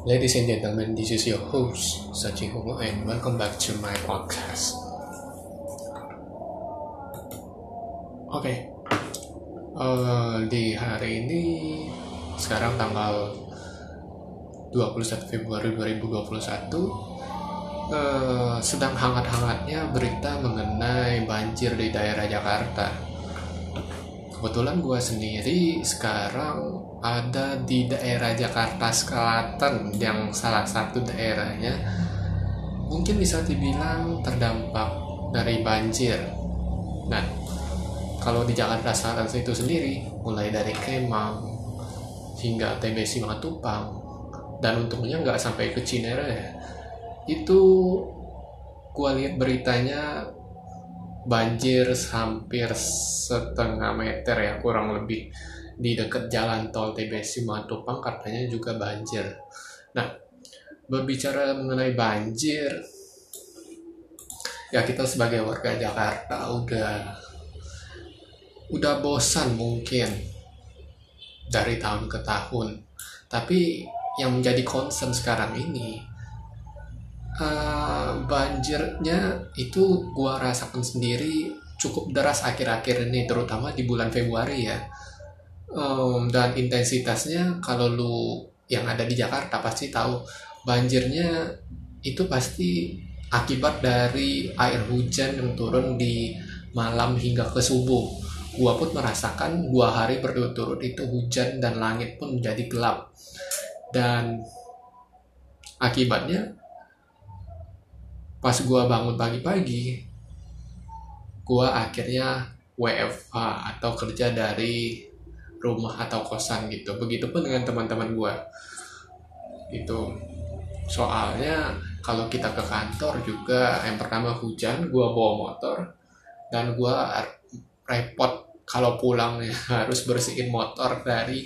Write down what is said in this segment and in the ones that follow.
Ladies and gentlemen, this is your host, Sachi Homo, and welcome back to my podcast. Oke, di hari ini, sekarang tanggal 21 Februari 2021, sedang hangat-hangatnya berita mengenai banjir di daerah Jakarta. Kebetulan gue sendiri sekarang ada di daerah Jakarta Selatan, yang salah satu daerahnya mungkin bisa dibilang terdampak dari banjir. Nah, kalau di Jakarta Selatan itu sendiri, mulai dari Kemang hingga TBC Matupang, dan untungnya nggak sampai ke Cinere, itu gue lihat beritanya banjir hampir setengah meter ya, kurang lebih, di dekat jalan tol TBC Matupang katanya juga banjir. Nah, berbicara mengenai banjir, ya kita sebagai warga Jakarta udah bosan mungkin dari tahun ke tahun. Tapi yang menjadi concern sekarang ini, banjirnya itu gua rasakan sendiri cukup deras akhir-akhir ini, terutama di bulan Februari ya. Dan intensitasnya, kalau lu yang ada di Jakarta pasti tahu, banjirnya itu pasti akibat dari air hujan yang turun di malam hingga ke subuh. Gua pun merasakan 2 hari berturut-turut itu hujan dan langit pun menjadi gelap. Dan akibatnya pas gua bangun pagi-pagi, gua akhirnya WFH atau kerja dari rumah atau kosan gitu. Begitupun dengan teman-teman gua. Itu soalnya kalau kita ke kantor juga, yang pertama hujan, gua bawa motor, dan gua repot kalau pulang ya, harus bersihin motor dari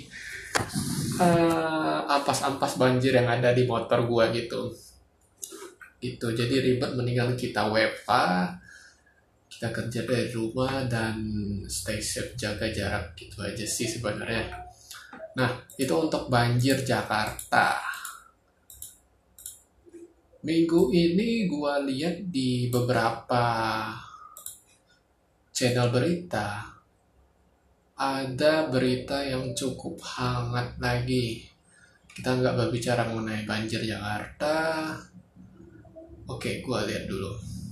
ampas-ampas banjir yang ada di motor gua gitu. Jadi ribet, mendingan kita WFH, kita kerja dari rumah dan stay safe, jaga jarak, gitu aja sih sebenarnya. Nah, itu untuk banjir Jakarta. Minggu ini gua lihat di beberapa channel berita, ada berita yang cukup hangat lagi. Kita nggak berbicara mengenai banjir Jakarta. Oke, gue lihat dulu.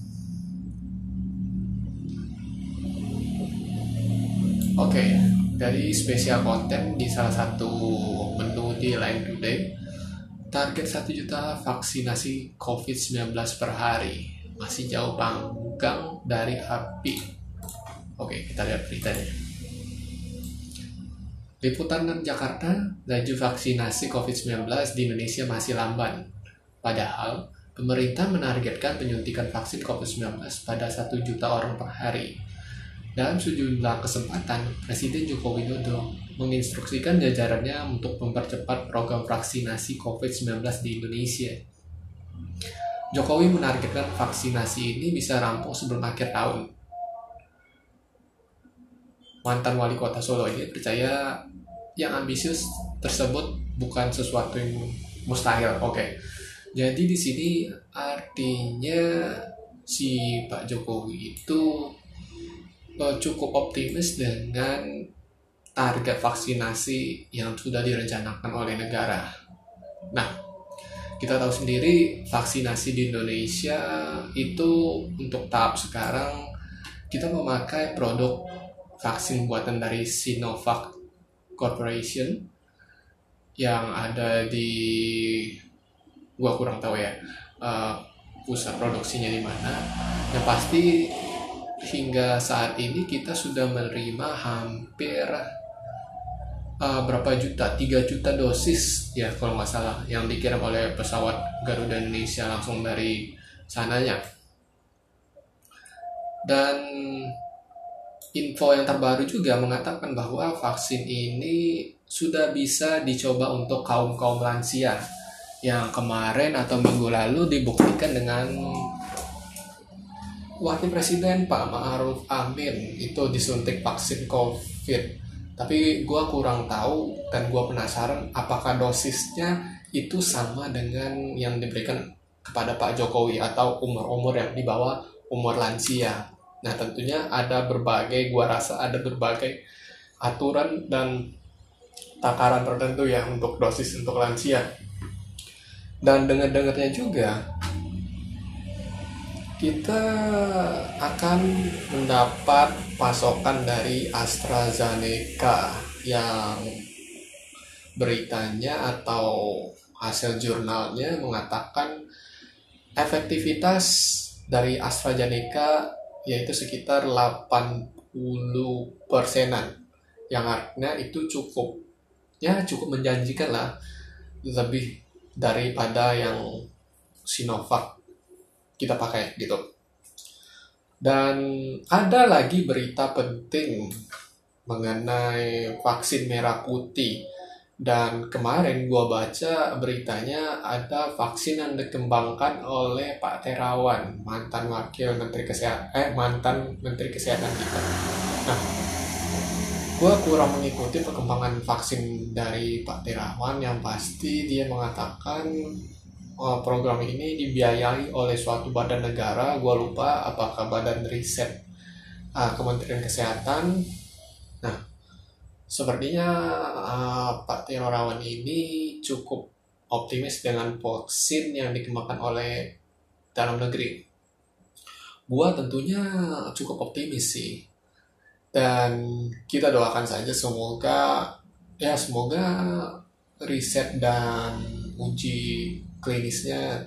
Oke, dari spesial konten di salah satu menu di Line Today, target 1 juta vaksinasi COVID-19 per hari, masih jauh panggang dari api. Oke, kita lihat beritanya. Liputan 6 Jakarta, laju vaksinasi COVID-19 di Indonesia masih lamban. Padahal pemerintah menargetkan penyuntikan vaksin COVID-19 pada 1 juta orang per hari. Dalam sejumlah kesempatan, Presiden Joko Widodo menginstruksikan jajarannya untuk mempercepat program vaksinasi COVID-19 di Indonesia. Jokowi menargetkan vaksinasi ini bisa rampung sebelum akhir tahun. Mantan wali kota Solo ini percaya yang ambisius tersebut bukan sesuatu yang mustahil. Oke. Jadi di sini artinya si Pak Jokowi itu cukup optimis dengan target vaksinasi yang sudah direncanakan oleh negara. Nah, kita tahu sendiri vaksinasi di Indonesia itu untuk tahap sekarang kita memakai produk vaksin buatan dari Sinovac Corporation yang ada di, gua kurang tahu ya pusat produksinya di mana. Yang pasti hingga saat ini kita sudah menerima hampir berapa juta, 3 juta dosis ya kalau nggak salah, yang dikirim oleh pesawat Garuda Indonesia langsung dari sananya. Dan info yang terbaru juga mengatakan bahwa vaksin ini sudah bisa dicoba untuk kaum lansia, yang kemarin atau minggu lalu dibuktikan dengan Wakil Presiden Pak Ma'ruf Amin itu disuntik vaksin COVID Tapi gue kurang tahu dan gue penasaran apakah dosisnya itu sama dengan yang diberikan kepada Pak Jokowi atau umur-umur yang di bawah umur lansia. Nah tentunya gua rasa ada berbagai aturan dan takaran tertentu ya untuk dosis untuk lansia. Dan dengar-dengarnya juga kita akan mendapat pasokan dari AstraZeneca yang beritanya atau hasil jurnalnya mengatakan efektivitas dari AstraZeneca yaitu sekitar 80%-an, yang artinya itu cukup menjanjikan lah, lebih daripada yang Sinovac kita pakai gitu. Dan ada lagi berita penting mengenai vaksin merah putih. Dan kemarin gua baca beritanya ada vaksin yang dikembangkan oleh Pak Terawan, mantan Menteri Kesehatan kita. Nah, gua kurang mengikuti perkembangan vaksin dari Pak Terawan. Yang pasti dia mengatakan program ini dibiayai oleh suatu badan negara. Gua lupa apakah Badan Riset Kementerian Kesehatan. Nah, sepertinya Pak Terawan ini cukup optimis dengan vaksin yang dikembangkan oleh dalam negeri. Gua tentunya cukup optimis sih. Dan kita doakan saja semoga riset dan uji klinisnya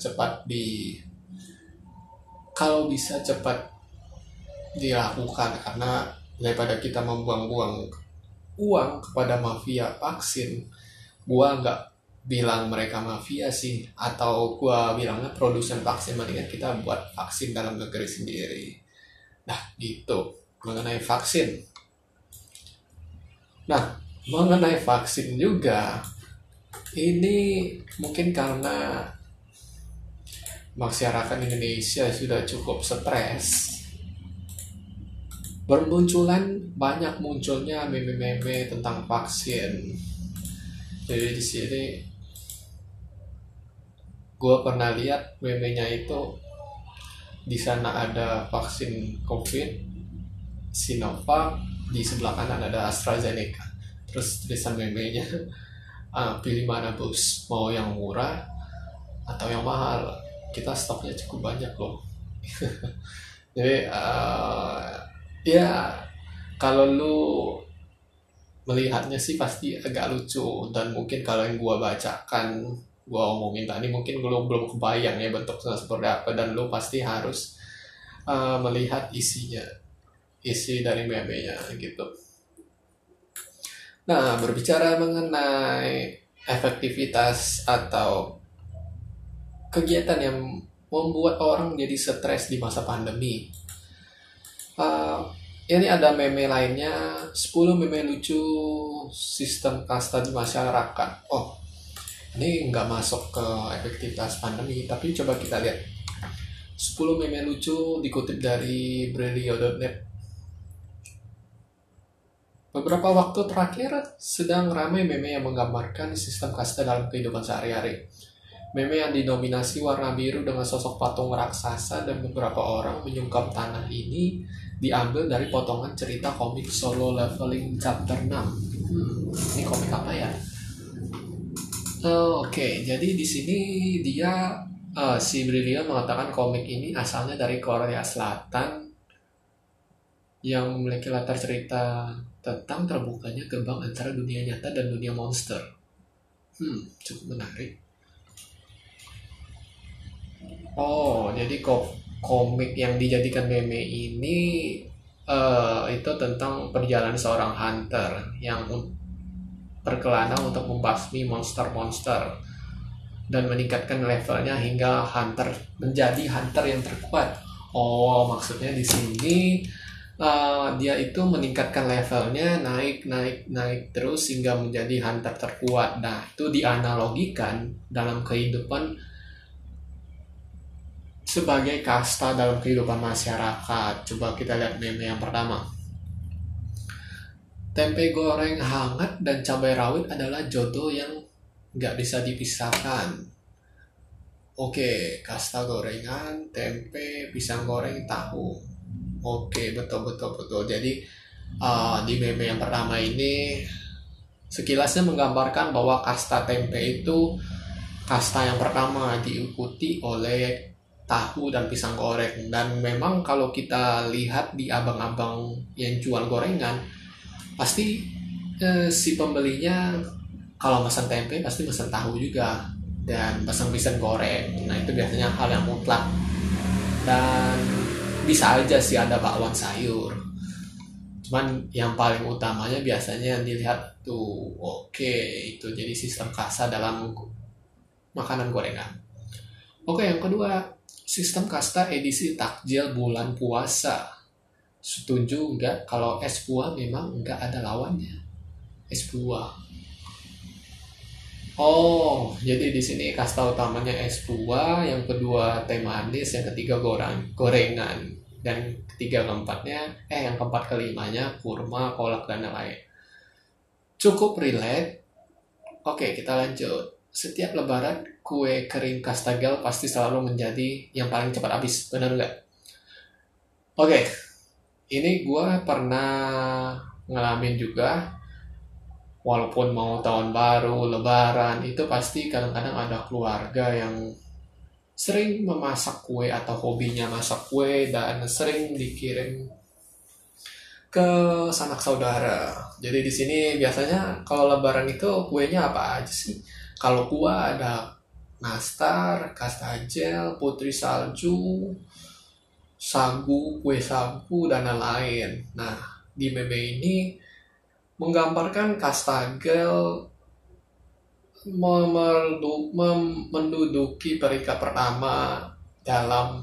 kalau bisa cepat dilakukan, karena daripada kita membuang-buang uang kepada mafia vaksin. Gua nggak bilang mereka mafia sih, atau gua bilangnya produsen vaksin, mendingan kita buat vaksin dalam negeri sendiri. Nah gitu mengenai vaksin. Nah mengenai vaksin juga, ini mungkin karena masyarakat Indonesia sudah cukup stres, banyak munculnya meme-meme tentang vaksin. Jadi di sini gue pernah lihat meme-nya itu, di sana ada vaksin COVID Sinovac, di sebelah kanan ada AstraZeneca. Terus tulisan meme-nya, pilih mana bos, mau yang murah atau yang mahal? Kita stoknya cukup banyak loh. Jadi ya kalau lu melihatnya sih pasti agak lucu, dan mungkin kalau yang gua bacakan, gua omongin tadi, mungkin lu belum kebayang ya bentuknya seperti apa, dan lu pasti harus melihat isi dari meme-nya gitu. Nah, berbicara mengenai efektivitas atau kegiatan yang membuat orang jadi stres di masa pandemi, ini ada meme lainnya, 10 meme lucu sistem kasta di masyarakat. Oh, ini nggak masuk ke efektivitas pandemi, tapi coba kita lihat. 10 meme lucu dikutip dari Braille.net. Beberapa waktu terakhir sedang ramai meme yang menggambarkan sistem kasta dalam kehidupan sehari-hari. Meme yang didominasi warna biru dengan sosok patung raksasa dan beberapa orang menyungkap tanah ini diambil dari potongan cerita komik Solo Leveling Chapter 6. Ini komik apa ya? Oke, jadi di sini dia si Brilliant mengatakan komik ini asalnya dari Korea Selatan yang memiliki latar cerita tentang terbukanya gerbang antara dunia nyata dan dunia monster. Cukup menarik. Oh, jadi komik yang dijadikan meme ini itu tentang perjalanan seorang hunter yang berkelana untuk membasmi monster-monster dan meningkatkan levelnya hingga menjadi hunter yang terkuat. Oh, maksudnya di sini dia itu meningkatkan levelnya, naik terus hingga menjadi hunter terkuat. Nah, itu dianalogikan dalam kehidupan sebagai kasta dalam kehidupan masyarakat. Coba kita lihat meme yang pertama. tempe goreng hangat dan cabai rawit adalah jodoh yang nggak bisa dipisahkan. Oke, kasta gorengan, tempe, pisang goreng, tahu. Oke, betul betul betul. Jadi di meme yang pertama ini sekilasnya menggambarkan bahwa kasta tempe itu kasta yang pertama, diikuti oleh tahu dan pisang goreng. Dan memang kalau kita lihat di abang-abang yang jual gorengan, pasti si pembelinya kalau pesan tempe pasti pesan tahu juga dan pesan pisang goreng. Nah, itu biasanya hal yang mutlak. Dan bisa aja sih ada bakwan sayur, cuman yang paling utamanya biasanya yang dilihat tuh. Oke, itu jadi sistem kasta dalam makanan gorengan. Oke, yang kedua, sistem kasta edisi takjil bulan puasa. Setuju nggak kalau es buah memang nggak ada lawannya? Es buah. Oh, jadi di sini kasta utamanya es buah, yang kedua teh manis, yang ketiga gorengan, dan ketiga keempatnya, yang keempat kelimanya kurma, kolak dan lain-lain. Cukup relate. Oke, kita lanjut. Setiap lebaran, kue kering kastagel pasti selalu menjadi yang paling cepat habis. Benar nggak? Oke, ini gue pernah ngalamin juga. Walaupun mau tahun baru, lebaran, itu pasti kadang-kadang ada keluarga yang sering memasak kue atau hobinya masak kue dan sering dikirim ke sanak saudara. Jadi di sini biasanya kalau lebaran itu kuenya apa aja sih? Kalau kue ada nastar, kastagel, putri salju, sagu, kue sagu, dan lain-lain. Nah, di meme ini menggambarkan kastagel menduduki peringkat pertama dalam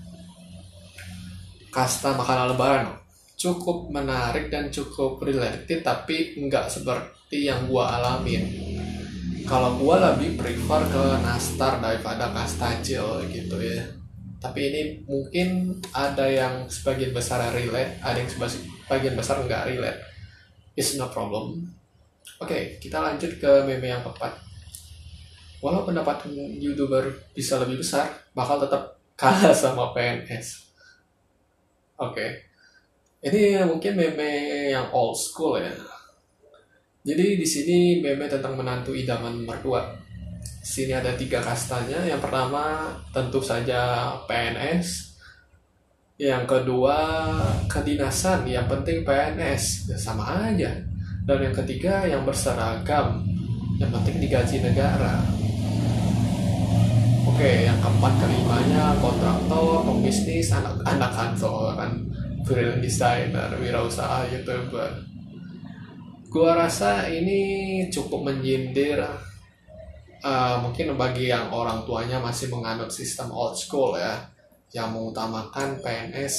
kasta makanan lebaran. Cukup menarik dan cukup related, tapi nggak seperti yang gua alamin. Kalau gua lebih prefer ke nastar daripada kastagel gitu ya. Tapi ini mungkin ada yang sebagian besar relate, ada yang sebagian besar nggak relate. It's no problem. Oke, kita lanjut ke meme yang keempat. Walau pendapatan YouTuber bisa lebih besar, bakal tetap kalah sama PNS. Oke. Ini mungkin meme yang old school ya. Jadi di sini meme tentang menantu idaman mertua. Sini ada 3 kastanya. Yang pertama tentu saja PNS. Yang kedua kedinasan, yang penting PNS, ya sama aja. Dan yang ketiga yang berseragam, yang penting digaji negara. Oke, yang keempat kelimanya kontraktor, pembisnis, anak kantoran, freelance designer, wirausaha, YouTuber. Gua rasa ini cukup menyindir mungkin bagi yang orang tuanya masih menganut sistem old school ya, yang mengutamakan PNS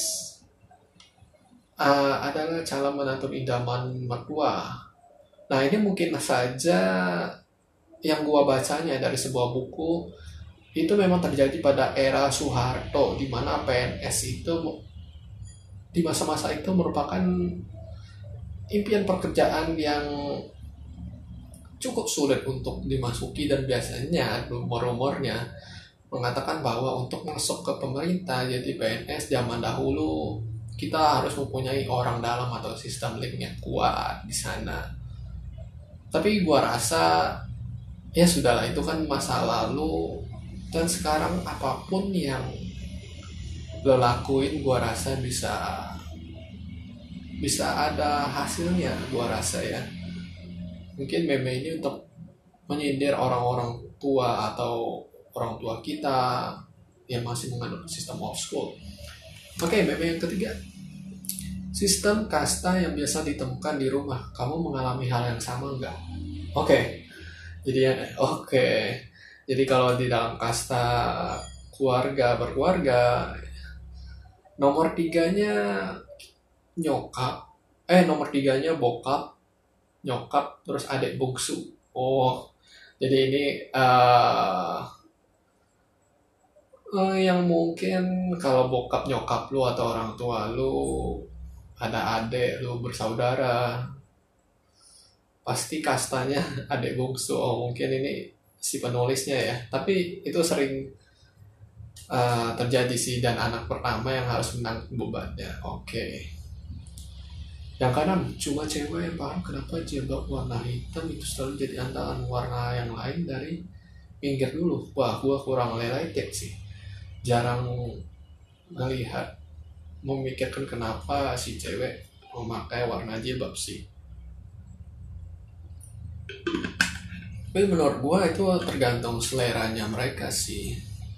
adalah calon menantu idaman mertua. Nah, ini mungkin saja yang gua bacanya dari sebuah buku itu memang terjadi pada era Soeharto, di mana PNS itu di masa-masa itu merupakan impian pekerjaan yang cukup sulit untuk dimasuki, dan biasanya rumor-rumornya mengatakan bahwa untuk masuk ke pemerintah jadi PNS zaman dahulu kita harus mempunyai orang dalam atau sistem link yang kuat di sana. Tapi gua rasa ya sudahlah, itu kan masa lalu, dan sekarang apapun yang lo lakuin gua rasa bisa ada hasilnya, gua rasa ya. Mungkin meme ini untuk menyindir orang-orang tua atau orang tua kita yang masih menganut sistem old school. Oke, meme yang ketiga. Sistem kasta yang biasa ditemukan di rumah. Kamu mengalami hal yang sama enggak? Oke. Jadi kalau di dalam kasta berkeluarga, nomor 3-nya nomor 3-nya bokap, nyokap, terus adik bungsu. Oh, jadi ini yang mungkin kalau bokap nyokap lu atau orang tua lu, ada adik lu bersaudara, pasti kastanya adik bungsu. Oh, mungkin ini si penulisnya ya. Tapi itu sering terjadi sih, dan anak pertama yang harus menanggung bebannya. Oke. Yang kanan, cuma cewek yang paham kenapa jilbab warna hitam itu selalu jadi andalan warna yang lain dari pinggir dulu. Wah, gua kurang related sih. Jarang melihat, memikirkan kenapa si cewek memakai warna jilbab sih. Tapi menurut gua itu tergantung seleranya mereka sih.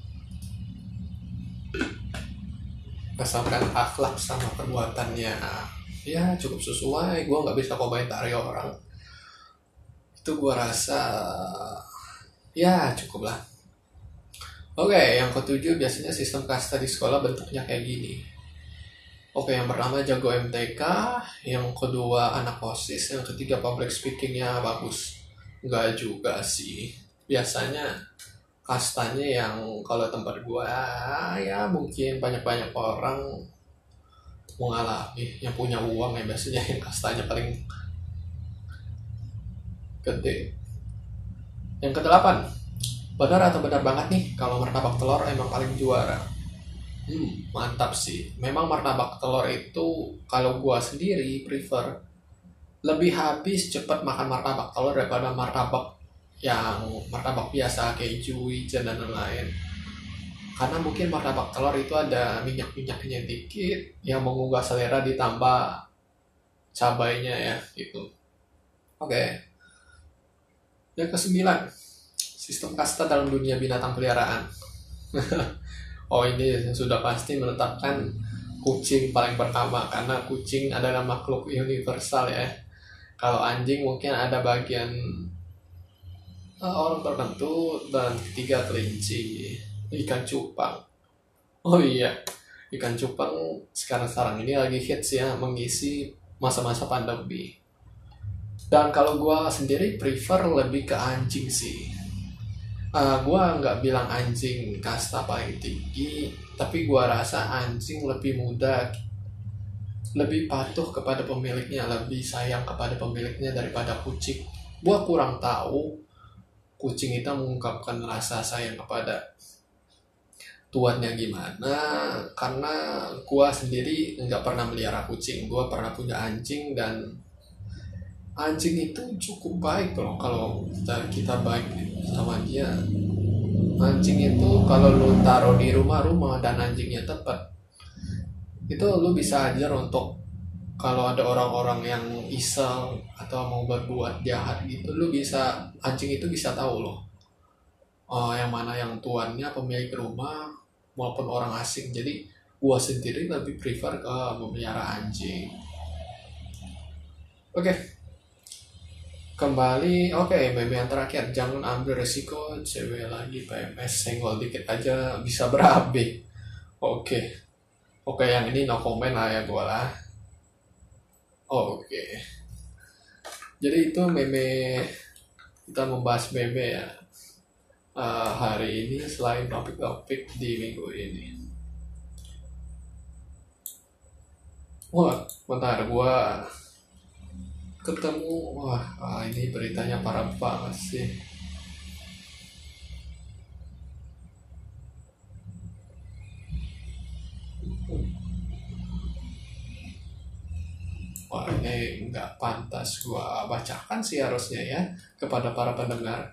Asalkan akhlak sama perbuatannya ya cukup sesuai, gue nggak bisa komentari orang. Itu gue rasa ya cukup lah. Oke, yang ketujuh, biasanya sistem kasta di sekolah bentuknya kayak gini. Oke, yang pertama jago MTK, yang kedua anak OSIS, yang ketiga public speakingnya bagus. Nggak juga sih. Biasanya kastanya yang kalau tempat gue ya mungkin banyak-banyak orang mengalami, yang punya uang ya biasanya yang kastanya paling gede. Yang kedelapan, benar atau benar banget nih kalau martabak telur emang paling juara? Mantap sih. Memang martabak telur itu kalau gua sendiri prefer lebih habis cepat makan martabak telur daripada martabak biasa keju, wijen dan lain-lain. Karena mungkin martabak telur itu ada minyak-minyaknya dikit yang menggugah selera, ditambah cabainya ya gitu. Oke. Yang kesembilan, sistem kasta dalam dunia binatang peliharaan. Oh, ini sudah pasti menetapkan kucing paling pertama, karena kucing adalah makhluk universal ya. Kalau anjing mungkin ada bagian orang tertentu, dan ketiga kelinci. Ikan cupang. Oh iya, ikan cupang sekarang ini lagi hits ya, mengisi masa-masa pandemi. Dan kalau gue sendiri prefer lebih ke anjing sih. Gue nggak bilang anjing kasta paling tinggi, tapi gue rasa anjing lebih mudah, lebih patuh kepada pemiliknya, lebih sayang kepada pemiliknya daripada kucing. Gue kurang tahu kucing itu mengungkapkan rasa sayang kepada tuannya gimana, karena gua sendiri nggak pernah melihara kucing. Gua pernah punya anjing, dan anjing itu cukup baik loh kalau kita baik sama dia. Anjing itu kalau lu taruh di rumah dan anjingnya tepat, itu lu bisa ajar untuk kalau ada orang-orang yang iseng atau mau berbuat jahat gitu, anjing itu bisa tahu loh yang mana yang tuannya, pemilik rumah maupun orang asing. Jadi gua sendiri lebih prefer ke memelihara anjing. Oke. Kembali, meme yang terakhir, jangan ambil resiko cewek lagi PMS, senggol dikit aja bisa berabe. Oke, yang ini no comment lah ya gua lah. Oke. Jadi itu meme, kita membahas meme ya hari ini selain topik-topik di minggu ini. Wah, bentar, gua ketemu. Ini beritanya parah banget sih. Wah, ini nggak pantas gua bacakan sih harusnya ya kepada para pendengar.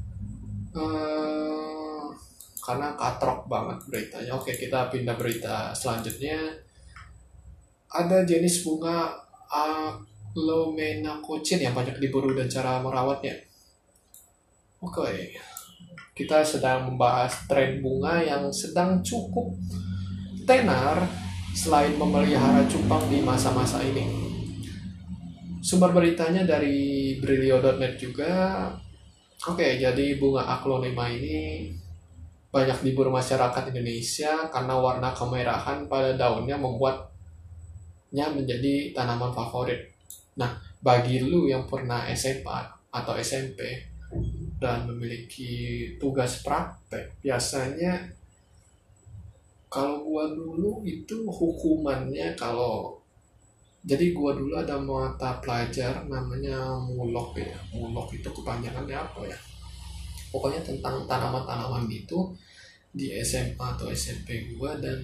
Karena katrok banget beritanya. Oke, kita pindah berita selanjutnya. Ada jenis bunga Aglomenacocin yang banyak diburu dan cara merawatnya. Oke, kita sedang membahas tren bunga yang sedang cukup tenar selain memelihara cupang di masa-masa ini. Sumber beritanya dari Brilio.net juga. Oke, jadi bunga aglonema ini banyak diburu masyarakat Indonesia karena warna kemerahan pada daunnya membuatnya menjadi tanaman favorit. Nah, bagi lu yang pernah SMA atau SMP dan memiliki tugas praktek, biasanya kalau gua dulu itu hukumannya kalau Jadi gua dulu ada mata pelajar namanya mulok ya. Mulok itu kepanjangannya apa ya? Pokoknya tentang tanaman-tanaman gitu di SMA atau SMP gua. Dan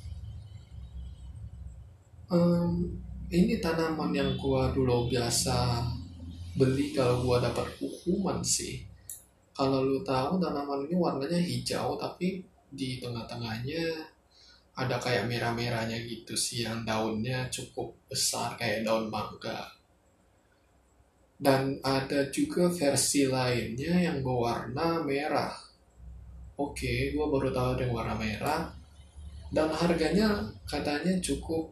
em, ini tanaman yang gua dulu biasa beli kalau gua dapat hukuman sih. Kalau lu tahu, tanaman ini warnanya hijau tapi di tengah-tengahnya ada kayak merah-merahnya gitu sih, yang daunnya cukup besar kayak daun mangga. Dan ada juga versi lainnya yang berwarna merah. Oke, gua baru tahu ada yang warna merah. Dan harganya katanya cukup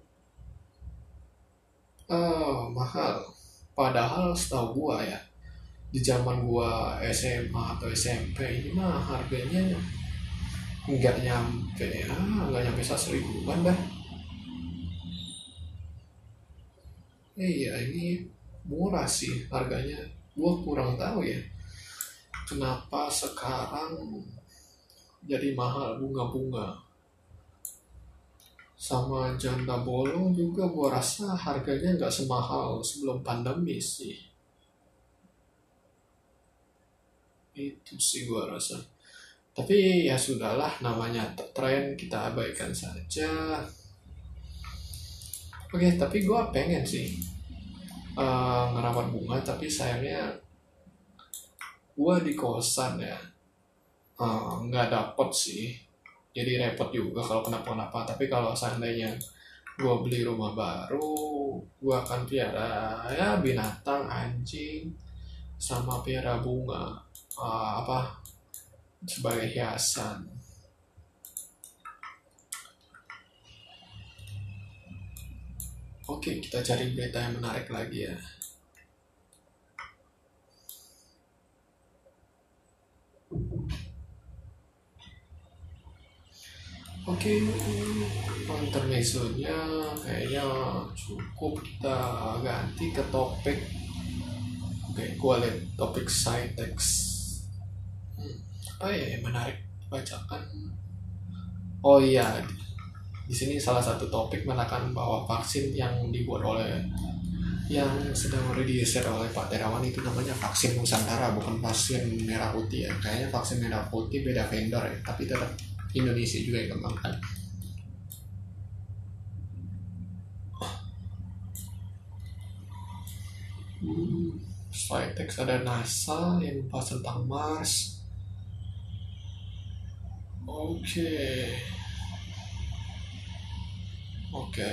mahal. Padahal setahu gua ya, di zaman gua SMA atau SMP ini mah harganya nggak nyampe 100 ribuan dah. Iya, ini murah sih harganya. Gua kurang tahu ya kenapa sekarang jadi mahal bunga-bunga. Sama janda bolong juga gua rasa harganya nggak semahal sebelum pandemi sih. Itu sih gua rasa. Tapi ya sudahlah, namanya tren, kita abaikan saja. Oke, tapi gue pengen sih ngerawat bunga, tapi sayangnya gue di kosan ya, nggak dapet sih. Jadi repot juga kalau kenapa-napa. Tapi kalau seandainya gue beli rumah baru, gue akan piara ya binatang, anjing, sama piara bunga, apa, sebagai hiasan. Oke, kita cari berita yang menarik lagi ya. Oke, intermezzonya kayaknya cukup, kita ganti ke topik. Oke, gua lihat topik side text. Apa ya yang menarik bacakan? Oh iya, di sini salah satu topik menekan bahwa vaksin yang dibuat oleh yang sedang riset oleh Pak Terawan itu namanya vaksin Nusantara, bukan vaksin merah putih ya. Kayaknya vaksin merah putih beda vendor ya, tapi tetap Indonesia juga yang kembangkan. Slide text ada NASA yang membahas tentang Mars. Oke.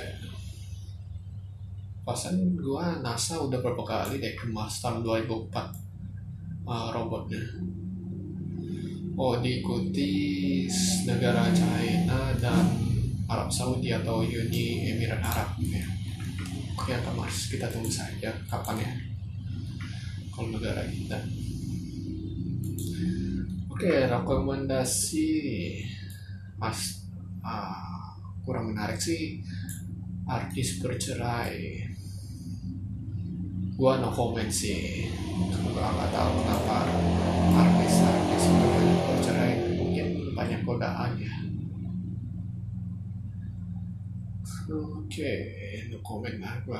Pasan gua NASA udah berapa kali deh ke Mars tahun 2004 robotnya. Oh, diikuti negara China dan Arab Saudi atau Uni Emirat Arab ya. Oke, ke Mars kita tunggu saja kapan ya kalau negara kita. Oke, rekomendasi kurang menarik sih, artis bercerai. Gua no comment sih, gua nggak tahu kenapa artis bercerai, mungkin banyak godaan ya. Oke, no comment lah gua.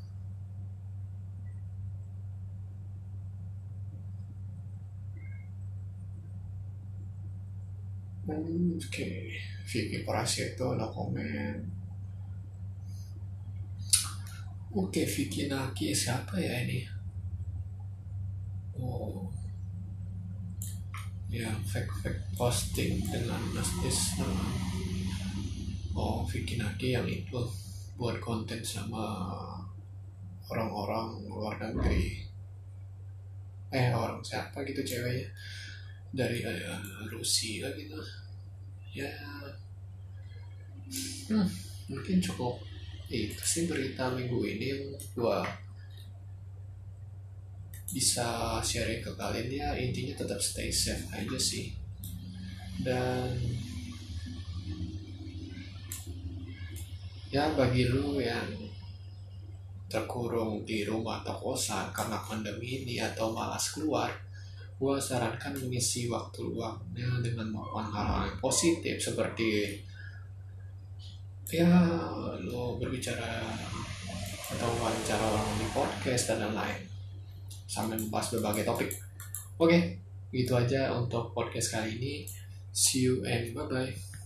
Oke, Vicky Prasetyo no comment. Oke, Vicky Naki siapa ya ini? Oh, ya fake posting dengan nastis. Oh, Vicky Naki yang itu buat konten sama orang-orang luar negeri. Orang siapa gitu ceweknya dari Rusia gitu ya. Mungkin cukup itu sih berita minggu ini yang gua bisa share ke kalian ya. Intinya tetap stay safe aja sih, dan ya bagi lu yang terkurung di rumah atau kosan karena pandemi ini atau malas keluar, gue sarankan mengisi waktu luangnya dengan melakukan hal-hal yang positif seperti ya lo berbicara atau wawancara orang di podcast dan lain-lain sambil membahas berbagai topik. Oke, gitu aja untuk podcast kali ini. See you and bye-bye.